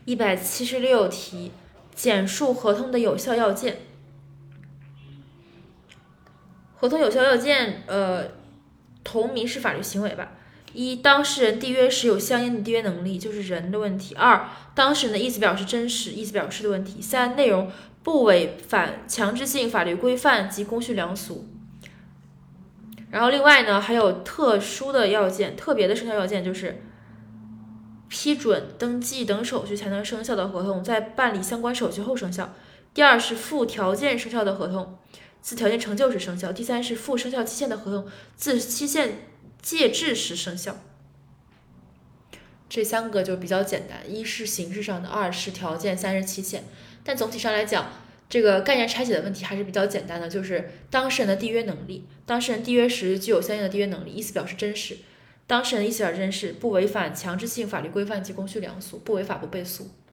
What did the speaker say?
176题，简述合同的有效要件。合同有效要件，同民事法律行为吧。一、当事人缔约时有相应的缔约能力，就是人的问题。二、当事人的意思表示真实，意思表示的问题。三、内容不违反强制性法律规范及公序良俗。然后另外呢，还有特殊的要件，特别的生效要件就是批准、登记等手续才能生效的合同，在办理相关手续后生效。第二是附条件生效的合同，自条件成就时生效。第三是附生效期限的合同，自期限届至时生效。这三个就比较简单，一是形式上的，二是条件，三是期限。但总体上来讲，这个概念拆解的问题还是比较简单的，就是当事人的缔约能力，当事人缔约时具有相应的缔约能力，意思表示真实。当事人意思表示真实，不违反强制性法律规范及公序良俗，不违法不被诉。